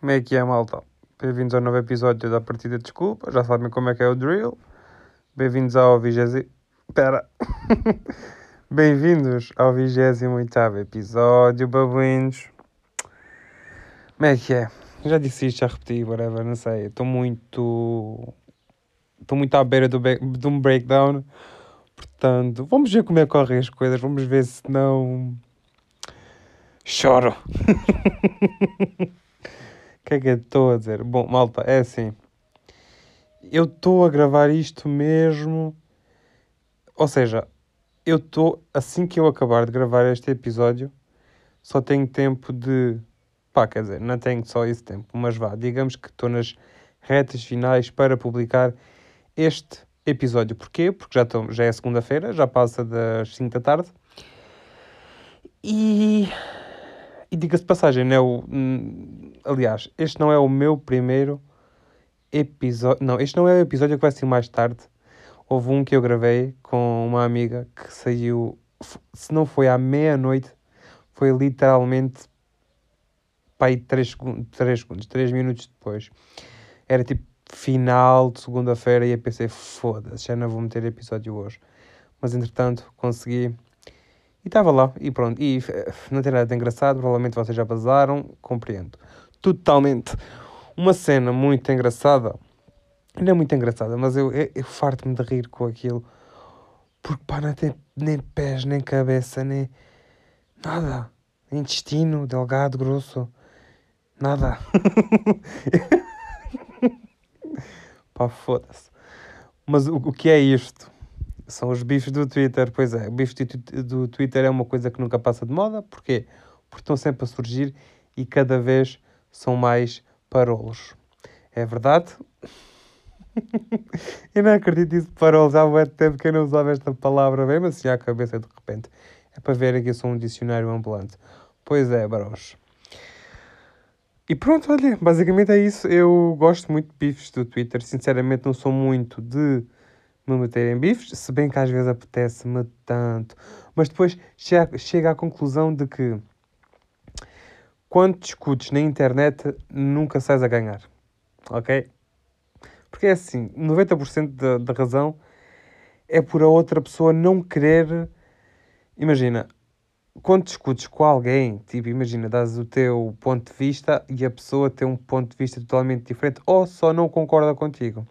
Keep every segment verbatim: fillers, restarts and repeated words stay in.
Como é que é, malta? Bem-vindos ao novo episódio da Partida de Desculpa. Já sabem como é que é o drill. Bem-vindos ao vigésimo... Pera. Bem-vindos ao vigésimo oitavo episódio, babuinhos. Como é que é? Já disse isto, já repeti, whatever, não sei. Estou muito... Estou muito à beira do be... de um breakdown. Portanto, vamos ver como é que correm as coisas. Vamos ver se não... Choro. O que é que eu estou a dizer? Bom, malta, é assim... Eu estou a gravar isto mesmo... Ou seja, eu estou... Assim que eu acabar de gravar este episódio, só tenho tempo de... Pá, quer dizer, não tenho só esse tempo, mas vá, digamos que estou nas retas finais para publicar este episódio. Porquê? Porque já, estou, já é segunda-feira, já passa das cinco da tarde. E... E diga-se de passagem, não é o... Aliás, este não é o meu primeiro episódio... Não, este não é o episódio que vai ser mais tarde. Houve um que eu gravei com uma amiga que saiu, se não foi à meia-noite, foi literalmente para aí três segundos, três segundos, três minutos depois. Era tipo final de segunda-feira e eu pensei, foda-se, já não vou meter episódio hoje. Mas entretanto consegui e estava lá e pronto. E não tem nada de engraçado, provavelmente vocês já vazaram, compreendo. Totalmente. Uma cena muito engraçada. Não é muito engraçada, mas eu, eu, eu farto-me de rir com aquilo. Porque pá, não tem nem pés, nem cabeça, nem nada. Intestino, delgado, grosso. Nada. Pá, foda-se. Mas o, o que é isto? São os bifes do Twitter. Pois é, o bife do, do Twitter é uma coisa que nunca passa de moda. Porquê? Porque estão sempre a surgir e cada vez são mais parolos. É verdade? Eu não acredito nisso de parolos. Há muito tempo que eu não usava esta palavra bem, mas assim à cabeça de repente. É para verem que eu sou um dicionário ambulante. Pois é, baros. E pronto, olha, basicamente é isso. Eu gosto muito de bifes do Twitter. Sinceramente não sou muito de me meter em bifes, se bem que às vezes apetece-me tanto. Mas depois chega, chega à conclusão de que quando discutes na internet nunca sais a ganhar. Ok? Porque é assim, noventa por cento da, da razão é por a outra pessoa não querer... Imagina, quando discutes com alguém, tipo, imagina, dás o teu ponto de vista e a pessoa tem um ponto de vista totalmente diferente ou só não concorda contigo.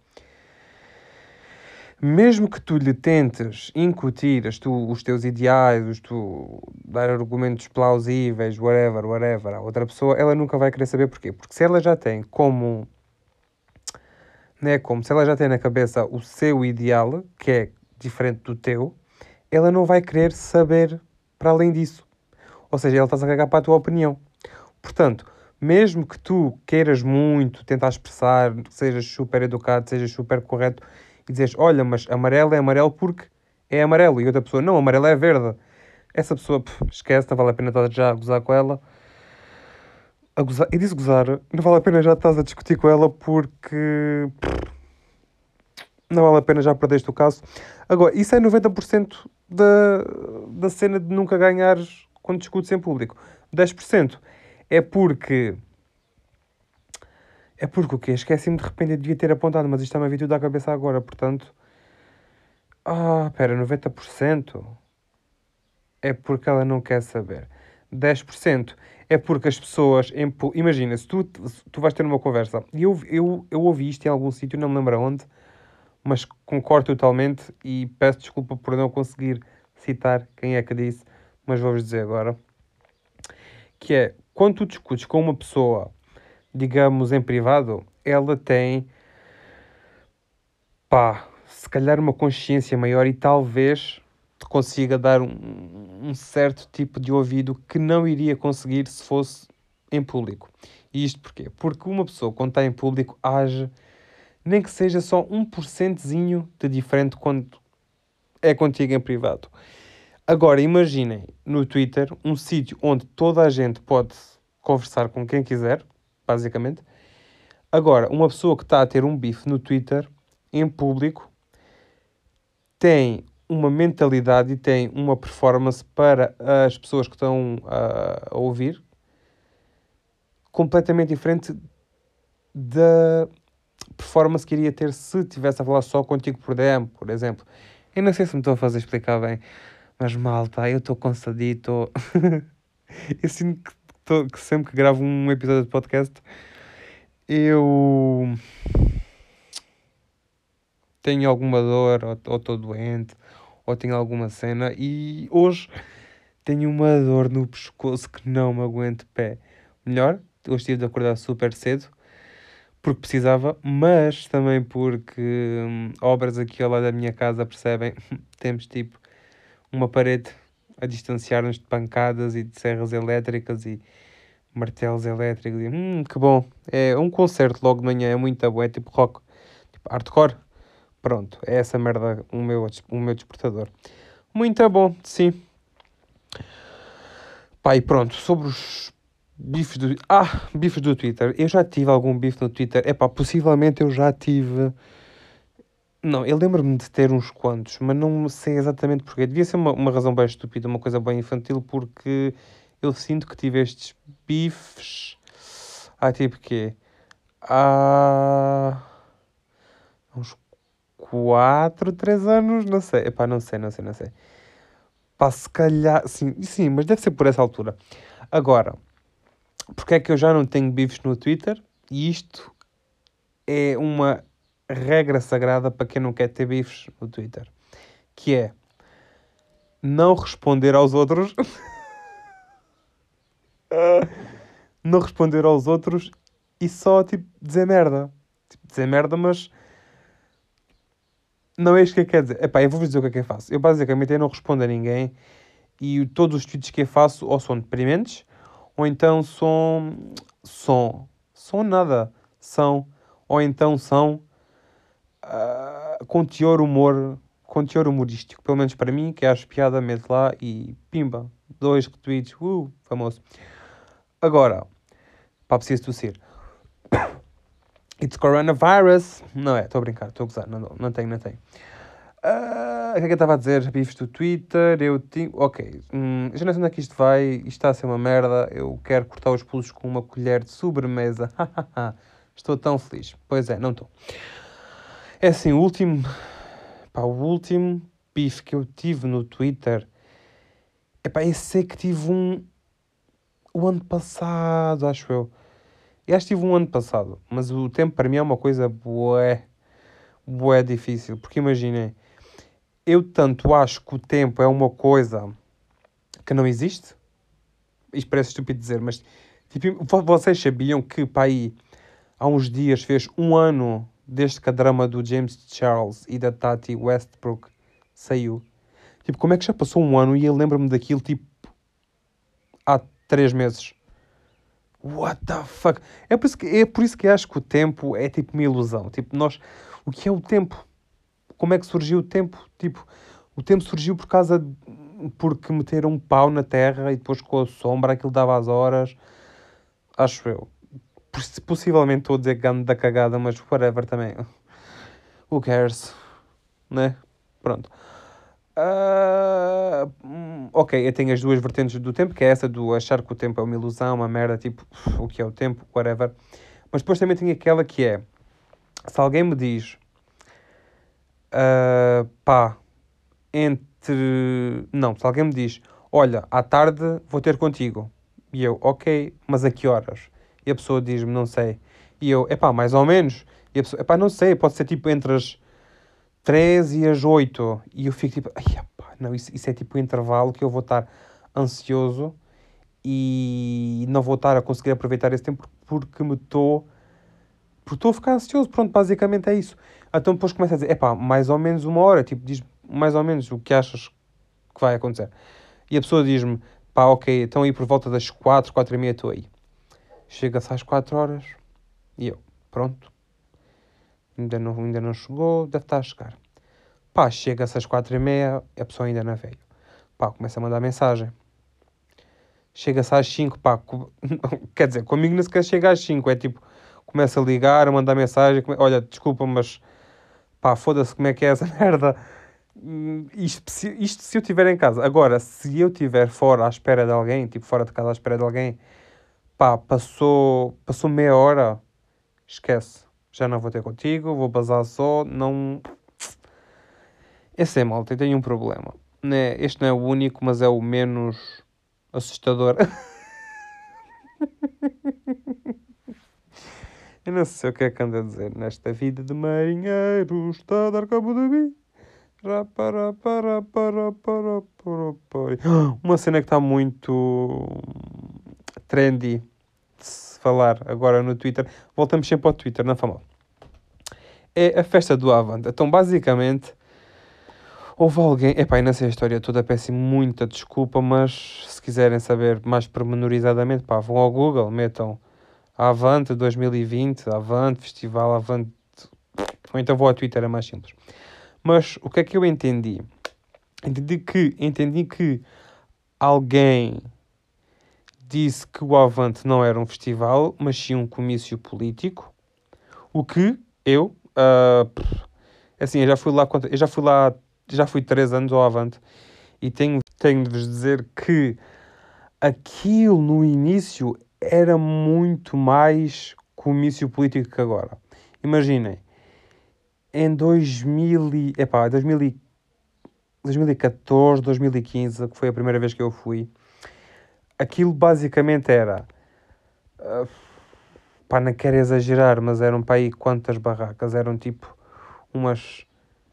Mesmo que tu lhe tentes incutir as tu, os teus ideais, os tu, dar argumentos plausíveis, whatever, whatever, a outra pessoa, ela nunca vai querer saber porquê. Porque se ela já tem como... Né, como se ela já tem na cabeça o seu ideal, que é diferente do teu, ela não vai querer saber para além disso. Ou seja, ela está a cagar para a tua opinião. Portanto, mesmo que tu queiras muito tentar expressar, sejas super educado, sejas super correto, e dizes, olha, mas amarelo é amarelo porque é amarelo, e outra pessoa, não, amarelo é verde. Essa pessoa, pff, esquece, não vale a pena estar já a gozar com ela. A gozar, e disse gozar, não vale a pena já estás a discutir com ela porque... pff, não vale a pena, já perdeste o caso. Agora, isso é noventa por cento da, da cena de nunca ganhares quando discutes em público. dez por cento é porque... É porque o quê? Esqueci-me de repente, eu devia ter apontado, mas isto está-me a vir tudo à cabeça agora, portanto... Ah, espera, noventa por cento é porque ela não quer saber. dez por cento é porque as pessoas... Em, imagina, se tu, se tu vais ter uma conversa... E eu, eu, eu ouvi isto em algum sítio, não me lembro onde, mas concordo totalmente e peço desculpa por não conseguir citar quem é que disse, mas vou-vos dizer agora. Que é, quando tu discutes com uma pessoa, digamos, em privado, ela tem... Pá, se calhar uma consciência maior e talvez te consiga dar um, um certo tipo de ouvido que não iria conseguir se fosse em público. E isto porquê? Porque uma pessoa, quando está em público, age, nem que seja só um porcentozinho de diferente quando é contigo em privado. Agora, imaginem no Twitter um sítio onde toda a gente pode conversar com quem quiser, basicamente. Agora, uma pessoa que está a ter um bife no Twitter, em público, tem uma mentalidade e tem uma performance para as pessoas que estão a, a ouvir completamente diferente da performance que iria ter se estivesse a falar só contigo por D M, por exemplo. Eu não sei se me estou a fazer explicar bem, mas malta, eu estou cansadito. Eu sinto que, tô- que sempre que gravo um episódio de podcast, eu tenho alguma dor, ou estou doente, ou tenho alguma cena, e hoje tenho uma dor no pescoço que não me aguento pé. Melhor, hoje tive de acordar super cedo, porque precisava, mas também porque hum, obras aqui ao lado da minha casa, percebem? Temos tipo uma parede a distanciar-nos de pancadas e de serras elétricas e martelos elétricos. E, hum, que bom. É um concerto logo de manhã, é muito bom, é tipo rock, tipo hardcore. Pronto, é essa merda o meu, o meu despertador. Muito bom, sim. Pá, e pronto, sobre os bifes do... Ah, bifes do Twitter. Eu já tive algum bife no Twitter. É pá, possivelmente eu já tive... Não, eu lembro-me de ter uns quantos, mas não sei exatamente porquê. Devia ser uma, uma razão bem estúpida, uma coisa bem infantil, porque eu sinto que tive estes bifes... Ah, tipo quê? Há... uns quatro três anos, não sei. Epá, não sei, não sei, não sei. Pá, se calhar... Sim, sim, mas deve ser por essa altura. Agora, porque é que eu já não tenho bifes no Twitter? E isto é uma regra sagrada para quem não quer ter bifes no Twitter. Que é não responder aos outros. Não responder aos outros e só, tipo, dizer merda. Tipo, dizer merda, mas não é isto que eu quero dizer. Epá, eu vou-vos dizer o que é que eu faço. Eu basicamente eu não respondo a ninguém e todos os tweets que eu faço ou são deprimentes ou então são... São... São nada. São... Ou então são... ah, com teor humor... Com teor humorístico. Pelo menos para mim, que acho piada, meto lá e pimba. Dois retweets. Uh, famoso. Agora, pá, preciso tossir. It's coronavirus. Não é, estou a brincar, estou a gozar. Não, não, não tenho, não tenho. Ah, o que é que eu estava a dizer? Bifes do Twitter, eu tinha... Ok, hum, já não sei onde é que isto vai, isto está a ser uma merda, eu quero cortar os pulsos com uma colher de sobremesa. Estou tão feliz. Pois é, não estou. É assim, o último... Pá, o último bife que eu tive no Twitter... Epá, eu sei que tive um... O ano passado, acho eu. Eu acho que tive um ano passado, mas o tempo para mim é uma coisa bué, bué difícil, porque imaginem, eu tanto acho que o tempo é uma coisa que não existe, isto parece estúpido dizer, mas tipo, vocês sabiam que pá, aí, há uns dias fez um ano desde que a drama do James Charles e da Tati Westbrook saiu? Tipo, como é que já passou um ano e eu lembro-me daquilo tipo há três meses? What the fuck? É por isso que, é por isso que acho que o tempo é tipo uma ilusão. Tipo, nós... O que é o tempo? Como é que surgiu o tempo? Tipo, o tempo surgiu por causa... de- Porque meteram um pau na terra e depois com a sombra aquilo dava as horas. Acho eu. Poss- Possivelmente estou a dizer ganda da cagada, mas whatever também. Who cares? Né? Pronto. Ah, hum, ok, eu tenho as duas vertentes do tempo, que é essa do achar que o tempo é uma ilusão, uma merda, tipo, o que é o tempo, whatever. Mas depois também tenho aquela que é, se alguém me diz, ah, pá, entre... Não, se alguém me diz, olha, à tarde vou ter contigo. E eu, ok, mas a que horas? E a pessoa diz-me, não sei. E eu, epá, mais ou menos. E a pessoa, epá, não sei, pode ser tipo entre as três e as oito. E eu fico tipo, ai, epá, não, isso, isso é tipo o intervalo que eu vou estar ansioso e não vou estar a conseguir aproveitar esse tempo porque me estou... Porque estou a ficar ansioso, pronto, basicamente é isso. Então depois começa a dizer, epá, mais ou menos uma hora, tipo, diz mais ou menos o que achas que vai acontecer. E a pessoa diz-me, pá, ok, então aí por volta das quatro, quatro e meia estou aí. Chega-se às quatro horas e eu, pronto, ainda não, ainda não chegou, deve estar a chegar. Pá, chega-se às quatro e meia, a pessoa ainda não veio. Pá, começa a mandar mensagem. Chega-se às cinco, pá, co- quer dizer, comigo nem sequer chega às cinco, é tipo, começa a ligar, a mandar mensagem, come- olha, desculpa, mas pá, foda-se como é que é essa merda. Hum, Isto, se- isto se eu estiver em casa. Agora, se eu estiver fora à espera de alguém, tipo fora de casa à espera de alguém, pá, passou, passou meia hora, esquece. Já não vou ter contigo, vou bazar só, não... Esse é, malta, eu tenho um problema. Né? Este não é o único, mas é o menos assustador. Eu não sei o que é que anda a dizer. Nesta vida de marinheiro está a dar cabo de mim. Ra, para, para, para, para, para, para. Uma cena que está muito trendy de se falar agora no Twitter. Voltamos sempre ao Twitter, não fala mal. É a festa do Avante. Então, basicamente, houve alguém... Epá, eu não sei a história toda, peço muita desculpa, mas se quiserem saber mais pormenorizadamente, pá, vão ao Google, metam Avante dois mil e vinte, Avante, Festival Avante... Ou então vou ao Twitter, é mais simples. Mas o que é que eu entendi? Entendi que, entendi que alguém disse que o Avante não era um festival, mas sim um comício político. O que eu... Uh, assim, eu já fui lá... Eu já fui lá... Já fui três anos ao Avante. E tenho, tenho de vos dizer que aquilo no início era muito mais comício político que agora. Imaginem. Em dois mil e... Epá, dois mil e dois mil e catorze, dois mil e quinze, que foi a primeira vez que eu fui, aquilo basicamente era... Uh, pá, não quero exagerar, mas eram para aí quantas barracas? Eram tipo umas...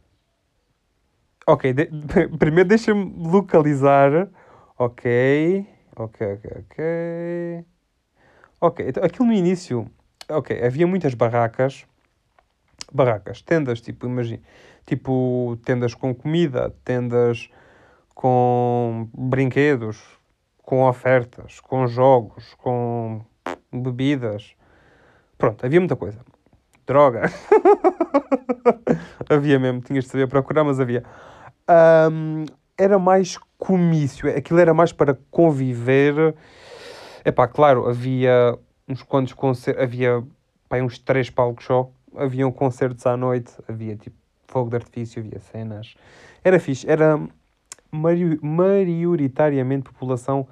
Ok, de, primeiro deixa-me localizar. Ok, ok, ok, ok. Ok, então aquilo no início... Ok, havia muitas barracas. Barracas, tendas, tipo, imagina... Tipo, tendas com comida, tendas com brinquedos, com ofertas, com jogos, com bebidas. Pronto, havia muita coisa. Droga. Havia mesmo, tinhas de saber procurar, mas havia. Ahm, era mais comício, aquilo era mais para conviver. Epá, claro, havia uns quantos concertos, havia pá, uns três palcos só. Haviam concertos à noite, havia tipo fogo de artifício, havia cenas. Era fixe, era maioritariamente população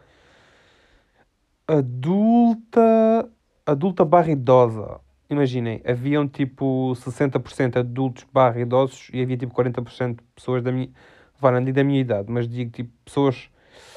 adulta, adulta barra idosa. Imaginem, haviam tipo sessenta por cento adultos barra idosos e havia tipo quarenta por cento de pessoas da minha, vá, não digo da minha idade, mas digo tipo pessoas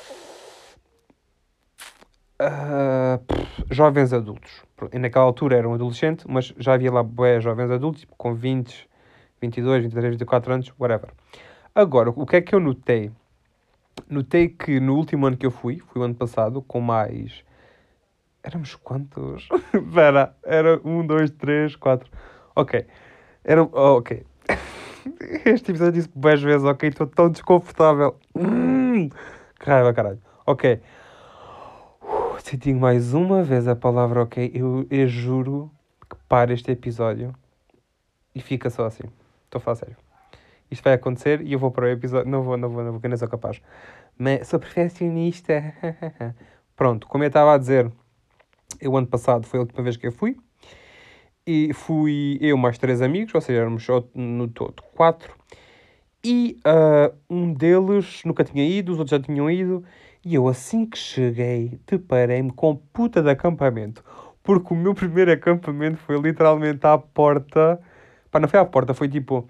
ah, pff, jovens adultos. E naquela altura eram adolescentes, mas já havia lá bué jovens adultos, tipo com vinte, vinte e dois, vinte e três, vinte e quatro anos, whatever. Agora, o que é que eu notei? Notei que no último ano que eu fui, fui o ano passado, com mais... Éramos quantos? Espera, era um, dois, três, quatro. Ok. Era... oh, ok. Este episódio disse dez vezes, ok, estou tão desconfortável. Hum, que raiva, caralho. Ok. Uh, se digo mais uma vez a palavra ok, eu, eu juro que para este episódio e fica só assim. Estou a falar sério. Isto vai acontecer e eu vou para o episódio. Não vou, não vou, não vou, que eu não sou capaz. Mas sou perfeccionista. Pronto, como eu estava a dizer, eu ano passado foi a última vez que eu fui. E fui eu mais três amigos, ou seja, éramos só no todo quatro. E uh, um deles nunca tinha ido, os outros já tinham ido. E eu, assim que cheguei, deparei-me com puta de acampamento. Porque o meu primeiro acampamento foi literalmente à porta. Pá, não foi à porta, foi tipo...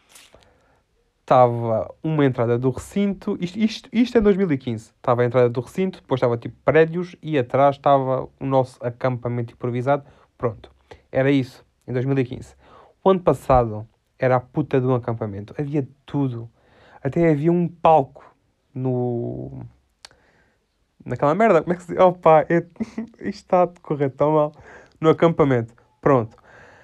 Estava uma entrada do recinto, isto, isto, isto é dois mil e quinze. Estava a entrada do recinto, depois estava tipo prédios e atrás estava o nosso acampamento improvisado. Pronto, era isso, em dois mil e quinze. O ano passado era a puta de um acampamento, havia tudo. Até havia um palco no... naquela merda, como é que se diz? Opa, é... isto está a correr tão mal. No acampamento, pronto.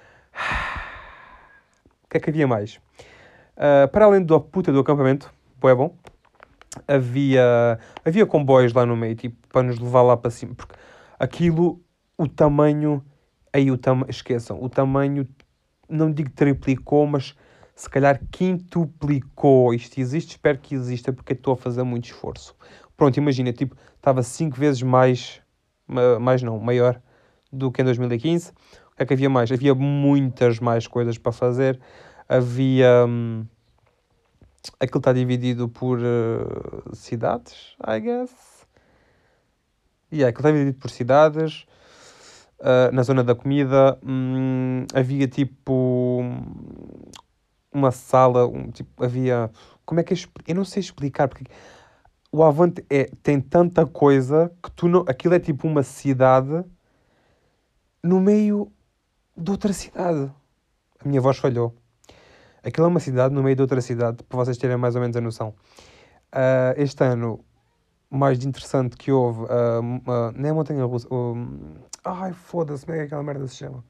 O que é que havia mais? Uh, para além da puta do acampamento, é bom, havia, havia comboios lá no meio, tipo, para nos levar lá para cima, porque aquilo, o tamanho, aí o tamanho, esqueçam, o tamanho, não digo triplicou, mas se calhar quintuplicou. Isto existe, espero que exista, porque estou a fazer muito esforço. Pronto, imagina, tipo, estava cinco vezes mais, mais não, maior do que em dois mil e quinze. O que é que havia mais? Havia muitas mais coisas para fazer. Havia... Hum, aquilo está dividido por uh, cidades, I guess. E yeah, aquilo está dividido por cidades. Uh, na zona da comida, hum, havia tipo uma sala, um, tipo, havia. Como é que eu, expl- eu não sei explicar, porque o Avante é, tem tanta coisa que tu não. Aquilo é tipo uma cidade no meio de outra cidade. A minha voz falhou. Aquilo é uma cidade no meio de outra cidade, para vocês terem mais ou menos a noção. Ah, este ano, o mais de interessante que houve, ah, m- ah, nem a Montanha Russa. um, ai, foda-se, como é que aquela merda se chama?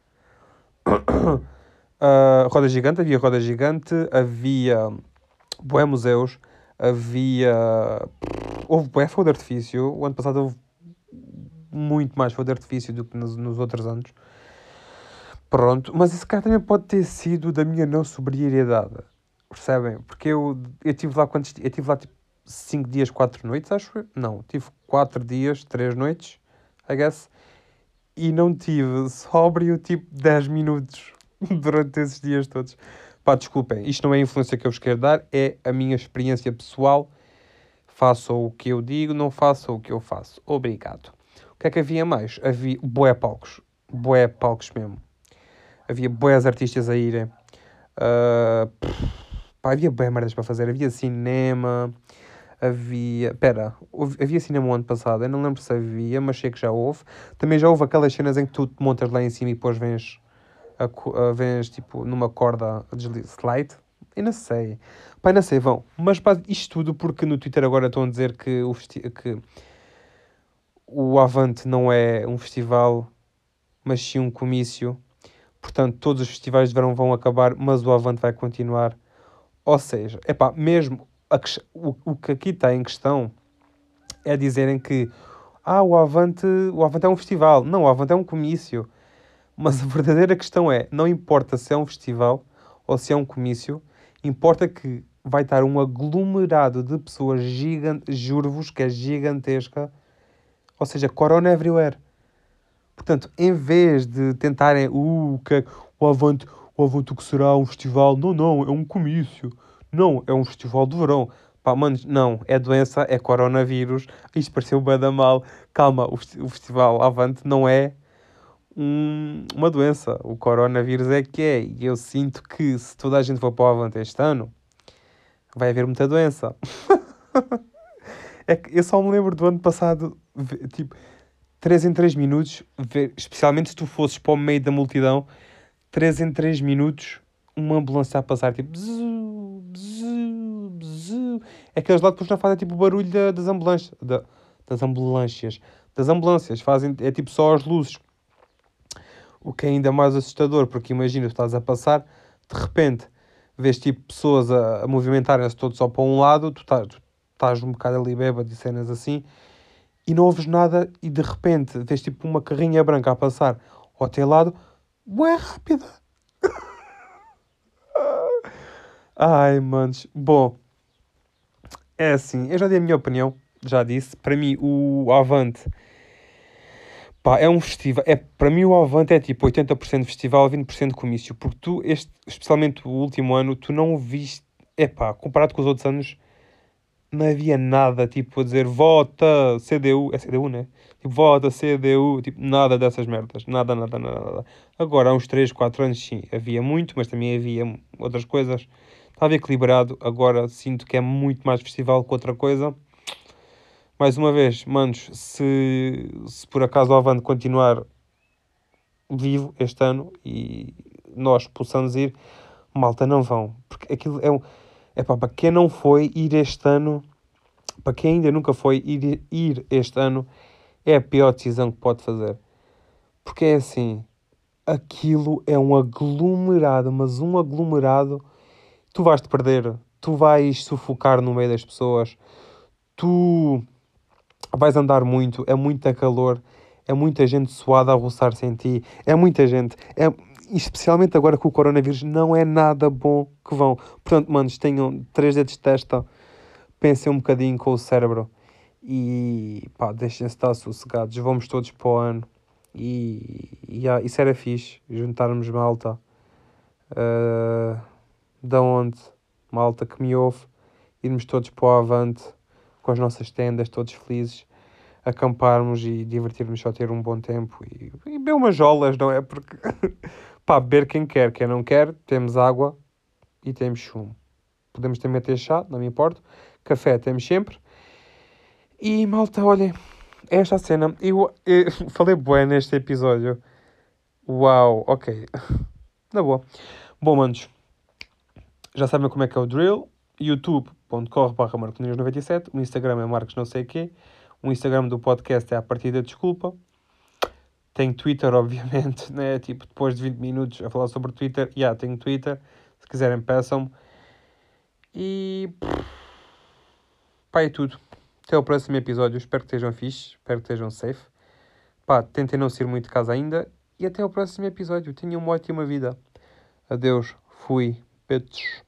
Ah, roda gigante, havia roda gigante, havia bué museus, havia. Houve bué fogo de artifício. O ano passado houve muito mais fogo de artifício do que nos, nos outros anos. Pronto, mas esse cara também pode ter sido da minha não sobriedade. Percebem? Porque eu, eu tive lá quantos di- Eu tive lá tipo cinco dias, quatro noites, acho eu. Não, tive quatro dias, três noites, I guess. E não tive sóbrio tipo dez minutos durante esses dias todos. Pá, desculpem, isto não é a influência que eu vos quero dar, é a minha experiência pessoal. Façam o que eu digo, não façam o que eu faço. Obrigado. O que é que havia mais? Havia bué palcos. Bué palcos mesmo. Havia bués artistas a irem. Ah, pff, pá, havia bué merdas para fazer. Havia cinema. Havia. Pera, houve- havia cinema o ano passado. Eu não lembro se havia, mas sei que já houve. Também já houve aquelas cenas em que tu te montas lá em cima e depois vens, a, co- a- vens tipo numa corda a desli- slide. Eu não sei. Pá, eu não sei, vão. Mas pá, isto tudo porque no Twitter agora estão a dizer que o, festi- que o Avante não é um festival, mas sim um comício. Portanto, todos os festivais de verão vão acabar, mas o Avante vai continuar. Ou seja, epá, mesmo a ques- o, o que aqui está em questão é dizerem que ah, o Avante, o Avante é um festival. Não, o Avante é um comício. Mas a verdadeira questão é, não importa se é um festival ou se é um comício, importa que vai estar um aglomerado de pessoas gigante, juro-vos que é gigantesca, ou seja, corona everywhere. Portanto, em vez de tentarem, uh, o que é- o Avante, o Avante o que será um festival? Não, não, é um comício. Não, é um festival de verão. Pá, manos, não, é doença, é coronavírus. Isto pareceu bem da mal. Calma, o, festi- o festival Avante não é um- uma doença. O coronavírus é que é. E eu sinto que se toda a gente for para o Avante este ano, vai haver muita doença. É que eu só me lembro do ano passado, ve- tipo, três em três minutos, ver- especialmente se tu fosses para o meio da multidão, três em três minutos, uma ambulância a passar, tipo, bzu, bzu, bzu. É que eles lá depois não fazem tipo o barulho da- das ambulâncias, da- das ambulâncias, das ambulâncias, fazem, é tipo só as luzes, o que é ainda mais assustador, porque imagina, tu estás a passar, de repente, vês tipo pessoas a, a movimentarem-se todos só para um lado, tu estás, tu estás um bocado ali bêbado e cenas assim, e não ouves nada e de repente vês tipo uma carrinha branca a passar ao teu lado, bué rápida. Ai, manos. Bom, é assim, eu já dei a minha opinião, já disse. Para mim, o Avante, pá, é um festival. É, para mim, o Avante é tipo oitenta por cento festival, vinte por cento comício. Porque tu, este, especialmente o último ano, tu não viste. É pá, comparado com os outros anos, não havia nada tipo a dizer vota C D U. É C D U, né? Tipo, vota C D U. Tipo, nada dessas merdas. Nada, nada, nada, nada. Agora, há uns três quatro anos, sim, havia muito, mas também havia outras coisas. Estava equilibrado. Agora sinto que é muito mais festival que outra coisa. Mais uma vez, manos, se, se por acaso o Avante continuar vivo este ano e nós possamos ir, malta, não vão. Porque aquilo é um. É pá, para quem não foi ir este ano, para quem ainda nunca foi ir, ir este ano, é a pior decisão que pode fazer. Porque é assim, aquilo é um aglomerado, mas um aglomerado, tu vais-te perder, tu vais sufocar no meio das pessoas, tu vais andar muito, é muita calor, é muita gente suada a roçar-se em ti, é muita gente, é, especialmente agora com o coronavírus, não é nada bom que vão. Portanto, manos, tenham três dedos de testa, pensem um bocadinho com o cérebro e pá, deixem-se estar sossegados, vamos todos para o ano. E, e ah, isso era fixe, juntarmos malta, uh, da onde, malta que me ouve, irmos todos para o Avante, com as nossas tendas, todos felizes, acamparmos e divertirmos só ter um bom tempo e, e beber umas jolas, não é? Porque, pá, beber quem quer, quem não quer, temos água e temos chumbo. Podemos também ter chá, não me importo. Café temos sempre. E, malta, olhem, é esta a cena. Eu, eu falei bué neste episódio. Uau, ok. Na boa. Bom, manos, já sabem como é que é o drill. youtube ponto com barra marconinhos noventa e sete. O Instagram é marcos não sei quê. O Instagram do podcast é a partida desculpa. Tenho Twitter, obviamente, né? Tipo, depois de vinte minutos a falar sobre Twitter. Já, yeah, tenho Twitter. Se quiserem, peçam-me. E... pá, é tudo. Até ao próximo episódio. Espero que estejam fixe. Espero que estejam safe. Pá, tentem não sair muito de casa ainda. E até ao próximo episódio. Tenham uma ótima vida. Adeus. Fui. Beijos.